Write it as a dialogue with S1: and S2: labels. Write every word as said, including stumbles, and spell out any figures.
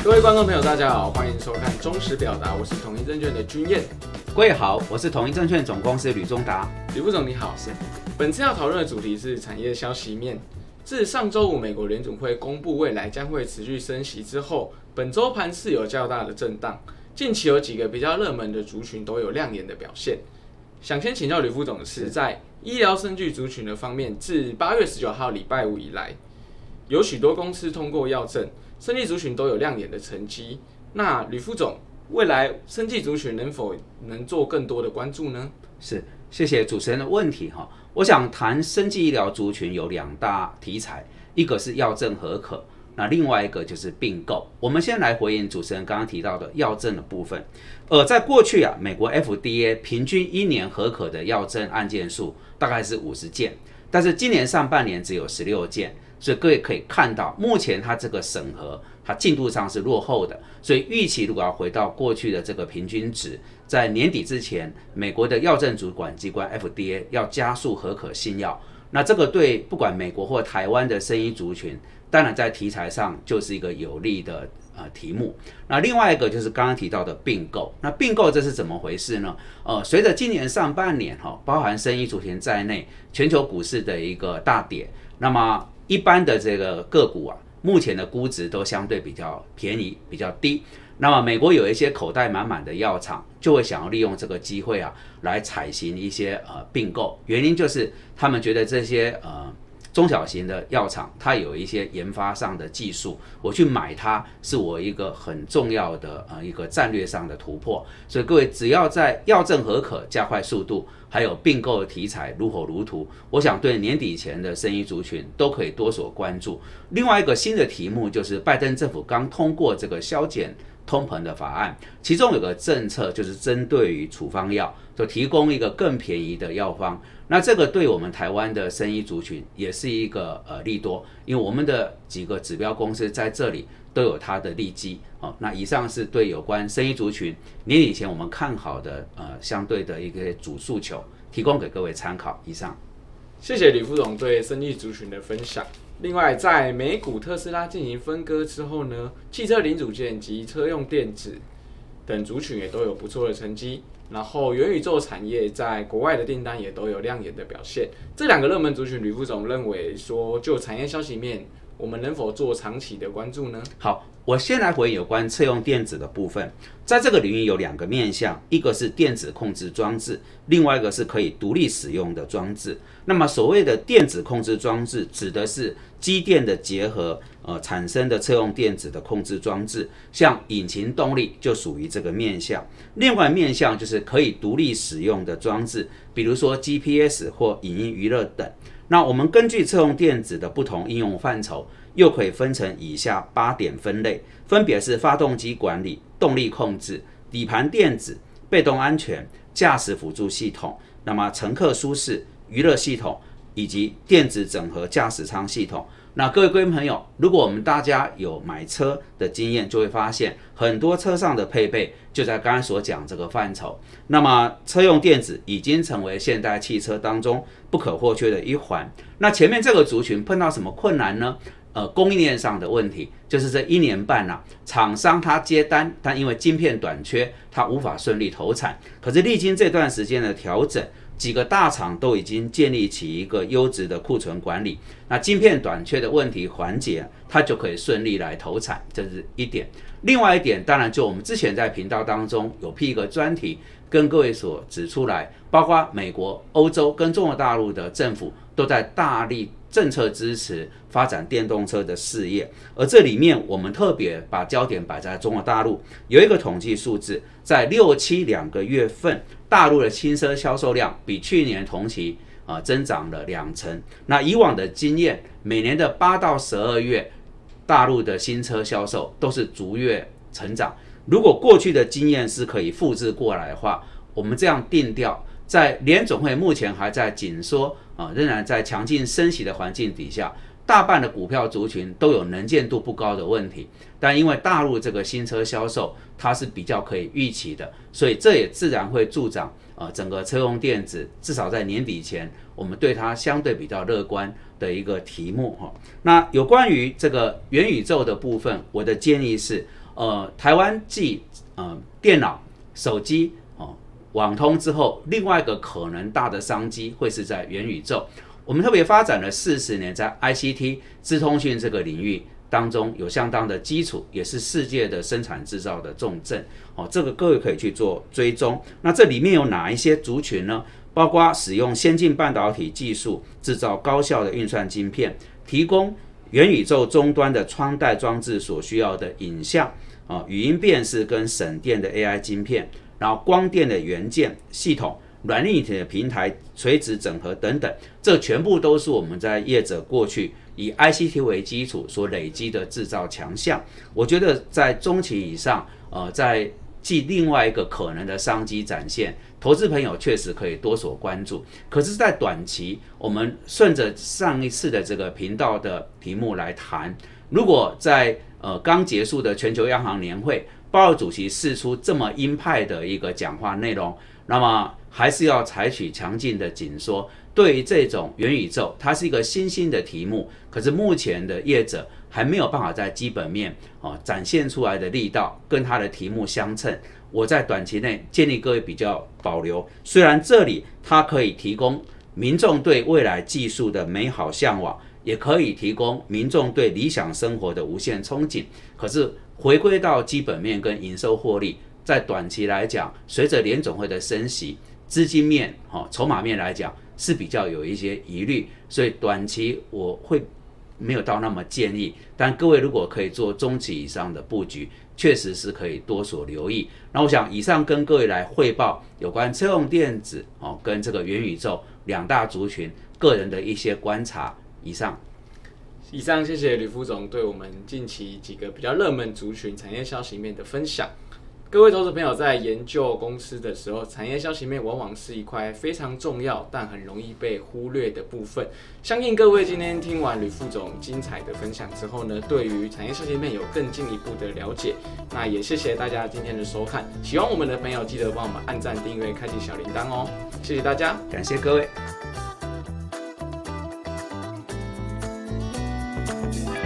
S1: 各位观众朋友，大家好，欢迎收看《忠实表达》，我是统一证券的君燕。
S2: 各位好，我是统一证券总公司吕中达。
S1: 吕副总你好，是。本次要讨论的主题是产业消息面。自上周五美国联准会公布未来将会持续升息之后，本周盘势有较大的震荡。近期有几个比较热门的族群都有亮眼的表现。想先请教吕副总的是，在医疗生技族群的方面，自八月十九号礼拜五以来，有许多公司通过药证，生技族群都有亮眼的成绩。那吕副总，未来生技族群能否能做更多的关注呢？
S2: 是，谢谢主持人的问题哈。我想谈生技医疗族群有两大题材，一个是药证核可，那另外一个就是并购。我们先来回应主持人刚刚提到的药证的部分。呃，在过去啊，美国 F D A 平均一年核可的药证案件数大概是五十件，但是今年上半年只有十六件。所以各位可以看到，目前它这个审核，它进度上是落后的。所以预期如果要回到过去的这个平均值，在年底之前，美国的药证主管机关 F D A 要加速核可新药。那这个对不管美国或台湾的生医族群，当然在题材上就是一个有利的呃题目。那另外一个就是刚刚提到的并购。那并购这是怎么回事呢？呃，随着今年上半年哈，包含生医族群在内，全球股市的一个大跌，那么一般的这个个股啊，目前的估值都相对比较便宜、比较低。那么美国有一些口袋满满的药厂，就会想要利用这个机会啊，来采行一些呃并购。原因就是他们觉得这些呃中小型的药厂，它有一些研发上的技术，我去买它是我一个很重要的呃一个战略上的突破。所以各位只要在药证核可加快速度，还有并购的题材如火如荼，我想对年底前的生医族群都可以多所关注。另外一个新的题目就是拜登政府刚通过这个削减通膨的法案，其中有个政策就是针对于处方药，就提供一个更便宜的药方。那这个对我们台湾的生医族群也是一个呃利多，因为我们的几个指标公司在这里都有它的利基。哦，那以上是对有关生医族群年底前我们看好的呃相对的一个主诉求，提供给各位参考。以上，
S1: 谢谢吕副总对生技族群的分享。另外，在美股特斯拉进行分割之后呢，汽车零组件及车用电子等族群也都有不错的成绩。然后，元宇宙产业在国外的订单也都有亮眼的表现。这两个热门族群，吕副总认为说，就产业消息面，我们能否做长期的关注呢？
S2: 好，我先来回应有关车用电子的部分。在这个领域有两个面向，一个是电子控制装置，另外一个是可以独立使用的装置。那么所谓的电子控制装置，指的是机电的结合，呃产生的车用电子的控制装置，像引擎动力就属于这个面向。另外面向就是可以独立使用的装置，比如说 G P S 或影音娱乐等。那我们根据车用电子的不同应用范畴，又可以分成以下八点分类，分别是发动机管理、动力控制、底盘电子、被动安全、驾驶辅助系统，那么乘客舒适、娱乐系统以及电子整合驾驶舱系统。那各位贵宾朋友，如果我们大家有买车的经验，就会发现很多车上的配备就在刚才所讲这个范畴。那么车用电子已经成为现代汽车当中不可或缺的一环。那前面这个族群碰到什么困难呢？呃，供应链上的问题，就是这一年半啊，厂商他接单，但因为晶片短缺，他无法顺利投产。可是历经这段时间的调整，几个大厂都已经建立起一个优质的库存管理，那晶片短缺的问题缓解，它就可以顺利来投产，这是一点。另外一点，当然就我们之前在频道当中有辟一个专题，跟各位所指出来，包括美国、欧洲跟中国大陆的政府都在大力政策支持发展电动车的事业，而这里面我们特别把焦点摆在中国大陆，有一个统计数字，在六七两个月份，大陆的新车销售量比去年同期啊、呃、增长了两成。那以往的经验，每年的八到十二月，大陆的新车销售都是逐月成长。如果过去的经验是可以复制过来的话，我们这样定调，在联总会目前还在紧缩啊，仍然在强劲升息的环境底下，大半的股票族群都有能见度不高的问题。但因为大陆这个新车销售它是比较可以预期的，所以这也自然会助长呃整个车用电子，至少在年底前，我们对它相对比较乐观的一个题目哈。那有关于这个元宇宙的部分，我的建议是， 呃，台湾继呃电脑、手机哦网通之后，另外一个可能大的商机会是在元宇宙。我们特别发展了四十年，在 I C T 资通讯这个领域当中有相当的基础，也是世界的生产制造的重镇哦。这个各位可以去做追踪。那这里面有哪一些族群呢？包括使用先进半导体技术制造高效的运算晶片，提供元宇宙终端的穿戴装置所需要的影像啊、语音辨识跟省电的 A I 晶片，然后光电的元件系统、软硬体的平台垂直整合等等，这全部都是我们在业者过去以 I C T 为基础所累积的制造强项。我觉得在中期以上，呃，在继另外一个可能的商机展现，投资朋友确实可以多所关注。可是，在短期，我们顺着上一次的这个频道的题目来谈，如果在呃刚结束的全球央行年会，鲍尔主席释出这么鹰派的一个讲话内容，那么还是要采取强劲的紧缩。对于这种元宇宙，它是一个新兴的题目，可是目前的业者还没有办法在基本面、哦、展现出来的力道跟它的题目相称。我在短期内建议各位比较保留。虽然这里它可以提供民众对未来技术的美好向往，也可以提供民众对理想生活的无限憧憬，可是回归到基本面跟营收获利，在短期来讲，随着联总会的升息，资金面、哦、筹码面来讲是比较有一些疑虑，所以短期我会没有到那么建议，但各位如果可以做中期以上的布局，确实是可以多所留意。那我想以上跟各位来汇报有关车用电子、哦、跟这个元宇宙两大族群个人的一些观察。以上
S1: 以上谢谢吕副总对我们近期几个比较热门族群产业消息面的分享。各位投资朋友在研究公司的时候，产业消息面往往是一块非常重要但很容易被忽略的部分。相信各位今天听完吕副总精彩的分享之后呢，对于产业消息面有更进一步的了解。那也谢谢大家今天的收看，喜欢我们的朋友记得帮我们按赞、订阅、开启小铃铛哦。谢谢大家，
S2: 感谢各位。
S1: Thank you.